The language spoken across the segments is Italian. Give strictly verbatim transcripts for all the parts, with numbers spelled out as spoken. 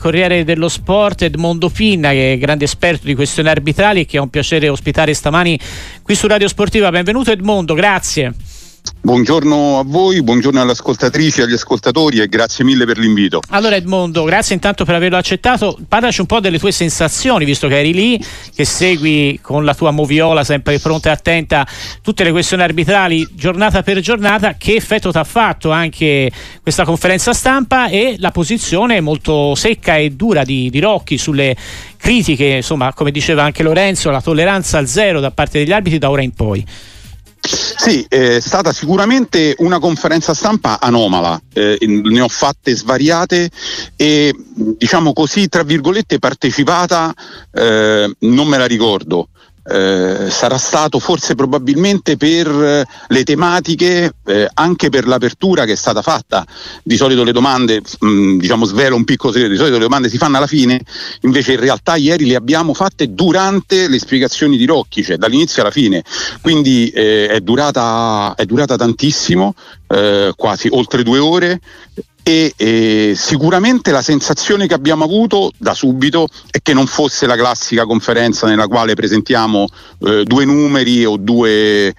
Corriere dello Sport, Edmondo Pinna, che è grande esperto di questioni arbitrali e che è un piacere ospitare stamani qui su Radio Sportiva. Benvenuto Edmondo, grazie. Buongiorno a voi, buongiorno alle ascoltatrici e agli ascoltatori e grazie mille per l'invito. Allora Edmondo, grazie intanto per averlo accettato. Parlaci un po' delle tue sensazioni, visto che eri lì, che segui con la tua moviola sempre pronta e attenta tutte le questioni arbitrali giornata per giornata. Che effetto ti ha fatto anche questa conferenza stampa e la posizione molto secca e dura di, di Rocchi sulle critiche, insomma, come diceva anche Lorenzo, la tolleranza al zero da parte degli arbitri da ora in poi? Sì, è stata sicuramente una conferenza stampa anomala, eh, ne ho fatte svariate e diciamo così tra virgolette partecipata eh, non me la ricordo. Eh, sarà stato forse probabilmente per le tematiche, eh, anche per l'apertura che è stata fatta. Di solito le domande, mh, diciamo svelo un piccolo segreto, di solito le domande si fanno alla fine, invece in realtà ieri le abbiamo fatte durante le spiegazioni di Rocchi, cioè dall'inizio alla fine, quindi eh, è durata è durata tantissimo, eh, quasi oltre due ore. E eh, sicuramente la sensazione che abbiamo avuto da subito è che non fosse la classica conferenza nella quale presentiamo eh, due numeri o due,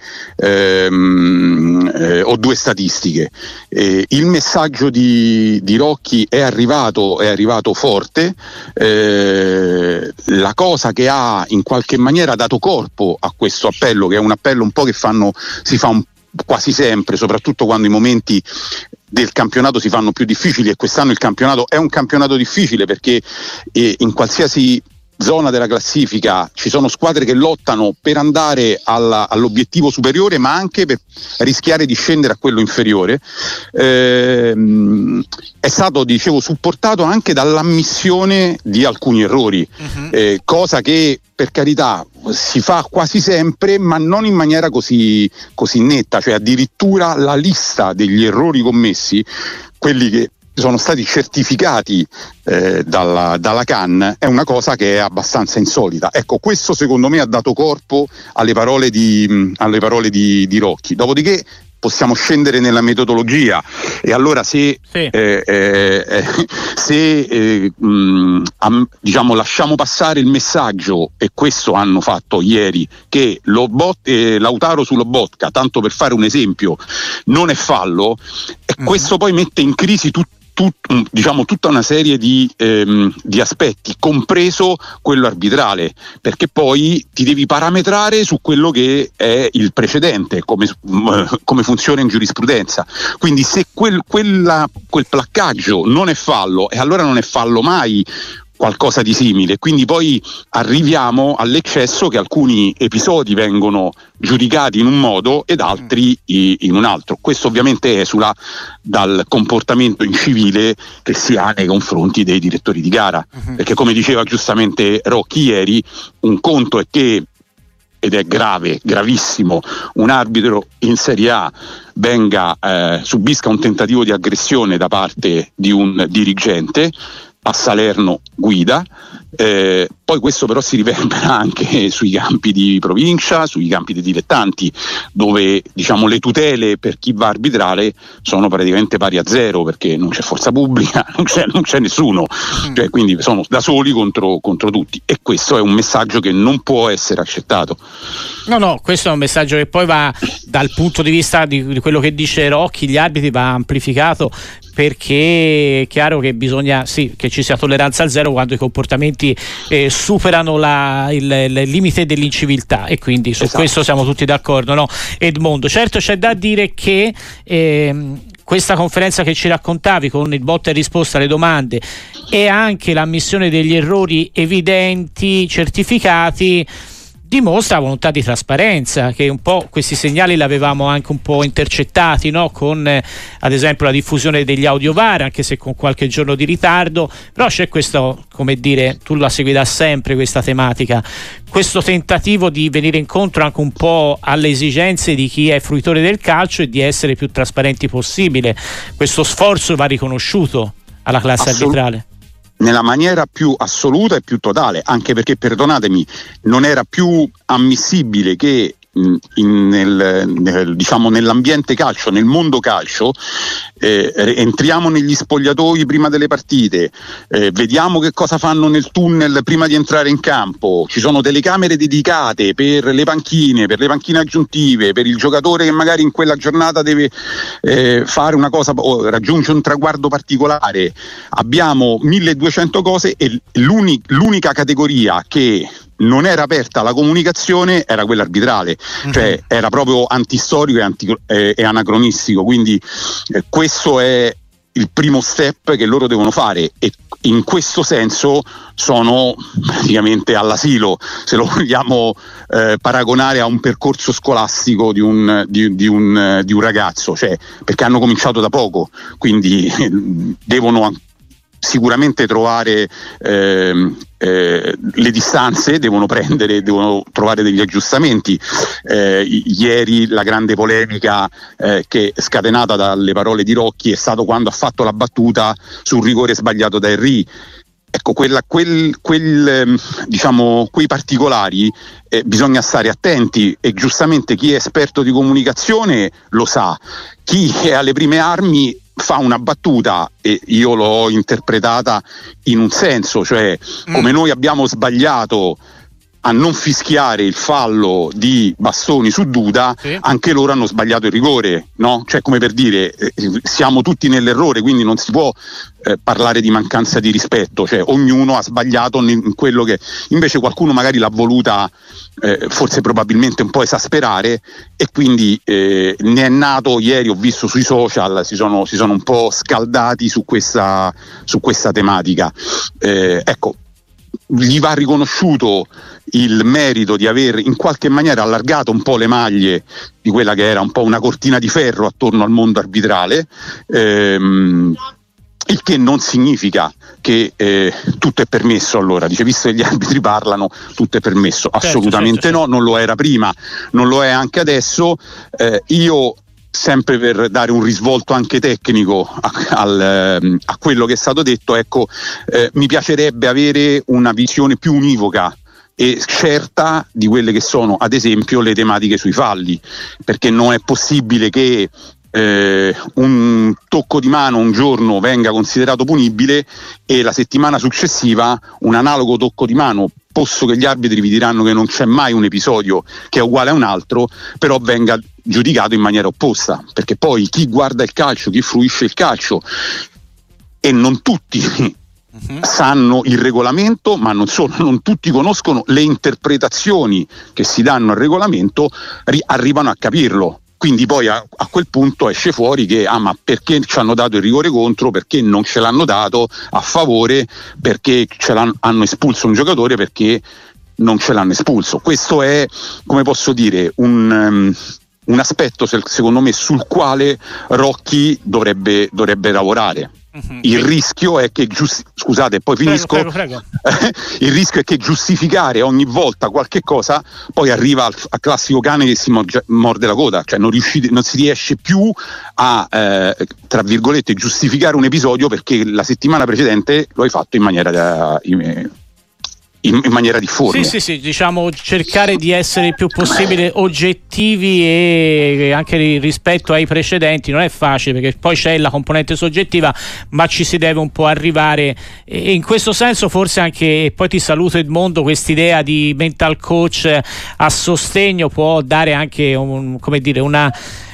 ehm, eh, o due statistiche. Eh, il messaggio di, di Rocchi è arrivato, è arrivato forte, eh, la cosa che ha in qualche maniera dato corpo a questo appello, che è un appello un po' che fanno, si fa un, quasi sempre, soprattutto quando i momenti del campionato si fanno più difficili, e quest'anno il campionato è un campionato difficile perché eh, in qualsiasi zona della classifica ci sono squadre che lottano per andare alla, all'obiettivo superiore, ma anche per rischiare di scendere a quello inferiore. Ehm, è stato, dicevo, supportato anche dall'ammissione di alcuni errori, uh-huh. eh, cosa che per carità si fa quasi sempre, ma non in maniera così, così netta, cioè addirittura la lista degli errori commessi, quelli che sono stati certificati eh, dalla, dalla C A N, è una cosa che è abbastanza insolita. Ecco, questo secondo me ha dato corpo alle parole di, mh, alle parole di, di Rocchi. Dopodiché possiamo scendere nella metodologia, e allora se, sì. eh, eh, se eh, mh, am, diciamo lasciamo passare il messaggio, e questo hanno fatto ieri, che Lobot, eh, Lautaro su Lobotka, tanto per fare un esempio, non è fallo, e mm. questo poi mette in crisi tutto. Tut, diciamo tutta una serie di, ehm, di aspetti, compreso quello arbitrale, perché poi ti devi parametrare su quello che è il precedente, come, come funziona in giurisprudenza. Quindi se quel, quella, quel placcaggio non è fallo, e allora non è fallo mai qualcosa di simile, quindi poi arriviamo all'eccesso che alcuni episodi vengono giudicati in un modo ed altri in un altro. Questo ovviamente esula dal comportamento incivile che si ha nei confronti dei direttori di gara, uh-huh. perché come diceva giustamente Rocchi ieri, un conto è che, ed è grave, gravissimo, un arbitro in Serie A venga eh, subisca un tentativo di aggressione da parte di un dirigente, a Salerno guida, eh, poi questo però si riverbera anche sui campi di provincia, sui campi dei dilettanti, dove diciamo le tutele per chi va a arbitrare sono praticamente pari a zero, perché non c'è forza pubblica, non c'è, non c'è nessuno, mm. cioè, quindi sono da soli contro, contro tutti, e questo è un messaggio che non può essere accettato. No, no, questo è un messaggio che poi va, dal punto di vista di, di quello che dice Rocchi, gli arbitri, va amplificato, perché è chiaro che bisogna sì che ci sia tolleranza al zero quando i comportamenti eh, superano la, il, il limite dell'inciviltà, e quindi su esatto. questo siamo tutti d'accordo, no Edmondo? Certo, c'è da dire che ehm, questa conferenza che ci raccontavi, con il botta e risposta alle domande e anche l'ammissione degli errori evidenti, certificati, dimostra la volontà di trasparenza, che un po' questi segnali l'avevamo anche un po' intercettati, no? Con eh, ad esempio la diffusione degli audio V A R, anche se con qualche giorno di ritardo, però c'è questo, come dire, tu la segui da sempre questa tematica, questo tentativo di venire incontro anche un po' alle esigenze di chi è fruitore del calcio e di essere più trasparenti possibile. Questo sforzo va riconosciuto alla classe Assolut- arbitrale nella maniera più assoluta e più totale, anche perché, perdonatemi, non era più ammissibile che in, nel, nel, diciamo nell'ambiente calcio, nel mondo calcio, eh, entriamo negli spogliatoi prima delle partite, eh, vediamo che cosa fanno nel tunnel prima di entrare in campo, ci sono telecamere dedicate per le panchine, per le panchine aggiuntive, per il giocatore che magari in quella giornata deve eh, fare una cosa o raggiungere un traguardo particolare, abbiamo milleduecento cose e l'uni, l'unica categoria che non era aperta alla comunicazione era quella arbitrale, uh-huh. cioè era proprio antistorico e, anti, eh, e anacronistico, quindi eh, questo è il primo step che loro devono fare e in questo senso sono praticamente all'asilo, se lo vogliamo eh, paragonare a un percorso scolastico di un, di, di un, di un ragazzo, cioè perché hanno cominciato da poco, quindi eh, devono sicuramente trovare eh, eh, le distanze, devono prendere, devono trovare degli aggiustamenti. Eh, ieri la grande polemica eh, che è scatenata dalle parole di Rocchi è stato quando ha fatto la battuta sul rigore sbagliato da Henry. Ecco, quella, quel, quel, diciamo, quei particolari eh, bisogna stare attenti e giustamente chi è esperto di comunicazione lo sa, chi è alle prime armi fa una battuta e io l'ho interpretata in un senso, cioè mm. come noi abbiamo sbagliato a non fischiare il fallo di Bastoni su Duda, sì. anche loro hanno sbagliato il rigore, no? Cioè come per dire eh, siamo tutti nell'errore, quindi non si può eh, parlare di mancanza di rispetto, cioè ognuno ha sbagliato in quello che invece qualcuno magari l'ha voluta eh, forse probabilmente un po' esasperare e quindi eh, ne è nato, ieri ho visto sui social si sono, si sono un po' scaldati su questa, su questa tematica. Eh, ecco, gli va riconosciuto il merito di aver in qualche maniera allargato un po' le maglie di quella che era un po' una cortina di ferro attorno al mondo arbitrale, ehm, il che non significa che eh, tutto è permesso. Allora dice, visto che gli arbitri parlano tutto è permesso, assolutamente certo, certo, certo. no, non lo era prima, non lo è anche adesso. eh, io sempre per dare un risvolto anche tecnico a, al, a quello che è stato detto, ecco, eh, mi piacerebbe avere una visione più univoca e certa di quelle che sono ad esempio le tematiche sui falli, perché non è possibile che eh, un tocco di mano un giorno venga considerato punibile e la settimana successiva un analogo tocco di mano, posto che gli arbitri vi diranno che non c'è mai un episodio che è uguale a un altro, però venga giudicato in maniera opposta, perché poi chi guarda il calcio, chi fruisce il calcio, e non tutti uh-huh. sanno il regolamento, ma non solo, non tutti conoscono le interpretazioni che si danno al regolamento, ri- arrivano a capirlo. Quindi poi a, a quel punto esce fuori che ah ma perché ci hanno dato il rigore contro, perché non ce l'hanno dato a favore, perché ce l'hanno, hanno espulso un giocatore, perché non ce l'hanno espulso. Questo è, come posso dire, un, um, un aspetto secondo me sul quale Rocchi dovrebbe, dovrebbe lavorare. Uh-huh. Il rischio è che giusti- scusate poi finisco prego, prego, prego. Il rischio è che giustificare ogni volta qualche cosa poi arriva al, al classico cane che si morde, morde la coda, cioè non, riuscite, non si riesce più a eh, tra virgolette giustificare un episodio perché la settimana precedente lo hai fatto in maniera da, in, in maniera difforme. Sì, sì, sì, diciamo cercare di essere il più possibile oggettivi e anche rispetto ai precedenti non è facile perché poi c'è la componente soggettiva, ma ci si deve un po' arrivare e in questo senso forse anche, e poi ti saluto Edmondo, quest'idea di mental coach a sostegno può dare anche un, come dire, una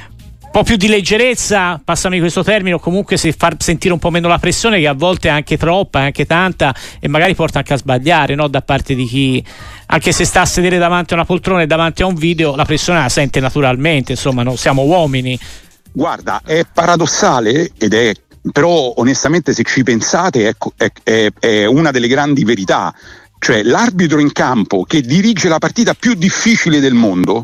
un po' più di leggerezza, passami questo termine, o comunque se far sentire un po' meno la pressione che a volte è anche troppa, è anche tanta e magari porta anche a sbagliare, no? Da parte di chi, anche se sta a sedere davanti a una poltrona e davanti a un video, la pressione la sente naturalmente, insomma, no? Siamo uomini. Guarda, è paradossale ed è però onestamente se ci pensate ecco, è, è, è una delle grandi verità, cioè l'arbitro in campo che dirige la partita più difficile del mondo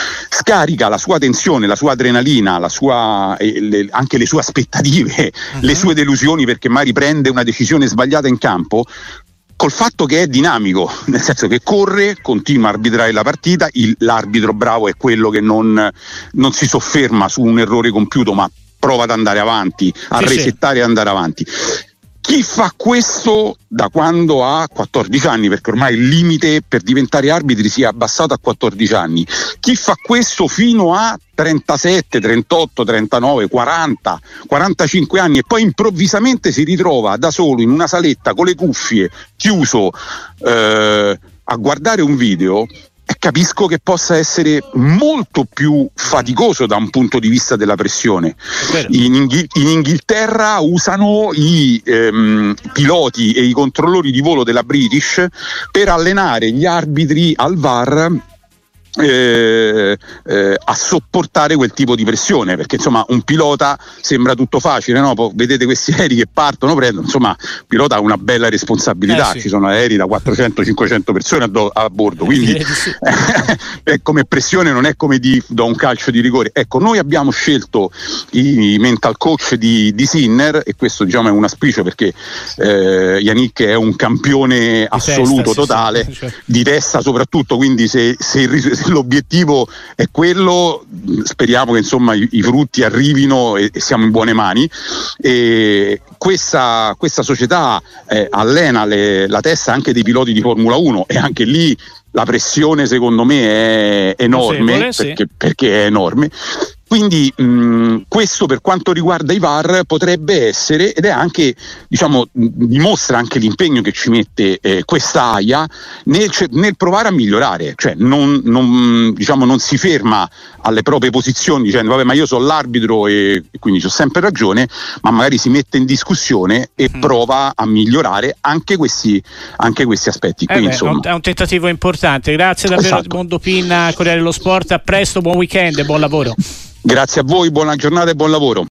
scarica la sua tensione, la sua adrenalina, la sua, eh, le, anche le sue aspettative, uh-huh. le sue delusioni perché magari prende una decisione sbagliata in campo, col fatto che è dinamico, nel senso che corre, continua a arbitrare la partita, il, l'arbitro bravo è quello che non, non si sofferma su un errore compiuto ma prova ad andare avanti, a sì, resettare sì. e andare avanti. Chi fa questo da quando ha quattordici anni, perché ormai il limite per diventare arbitri si è abbassato a quattordici anni, chi fa questo fino a trentasette, trentotto, trentanove, quaranta, quarantacinque anni e poi improvvisamente si ritrova da solo in una saletta con le cuffie, chiuso, eh, a guardare un video, e capisco che possa essere molto più faticoso da un punto di vista della pressione. In, Inghil- in Inghilterra usano i ehm, piloti e i controllori di volo della British per allenare gli arbitri al V A R Eh, eh, a sopportare quel tipo di pressione, perché insomma un pilota sembra tutto facile, no? Poi vedete questi aerei che partono, prendono, insomma il pilota ha una bella responsabilità, eh sì. Ci sono aerei da quattrocento cinquecento persone a, do- a bordo, quindi sì. eh, come pressione non è come di do un calcio di rigore. Ecco, noi abbiamo scelto i, i mental coach di, di Sinner, e questo diciamo è un auspicio perché eh, Yannick è un campione di assoluto, testa, totale, sì, sì, cioè. Di testa soprattutto, quindi se, se il l'obiettivo è quello, speriamo che insomma i, i frutti arrivino e, e siamo in buone mani. E questa, questa società eh, allena le, la testa anche dei piloti di Formula uno, e anche lì la pressione secondo me è enorme, sì, perché, perché è enorme. Quindi mh, questo per quanto riguarda i V A R potrebbe essere, ed è anche, diciamo, dimostra anche l'impegno che ci mette eh, questa A I A nel, nel provare a migliorare, cioè non, non, diciamo, non si ferma alle proprie posizioni dicendo vabbè ma io sono l'arbitro e, e quindi ho sempre ragione, ma magari si mette in discussione e mm. prova a migliorare anche questi, anche questi aspetti. Eh Qui, beh, insomma. È un tentativo importante. Grazie davvero, esatto. Mondo Pinna, Corriere dello Sport, a presto, buon weekend e buon lavoro. Grazie a voi, buona giornata e buon lavoro.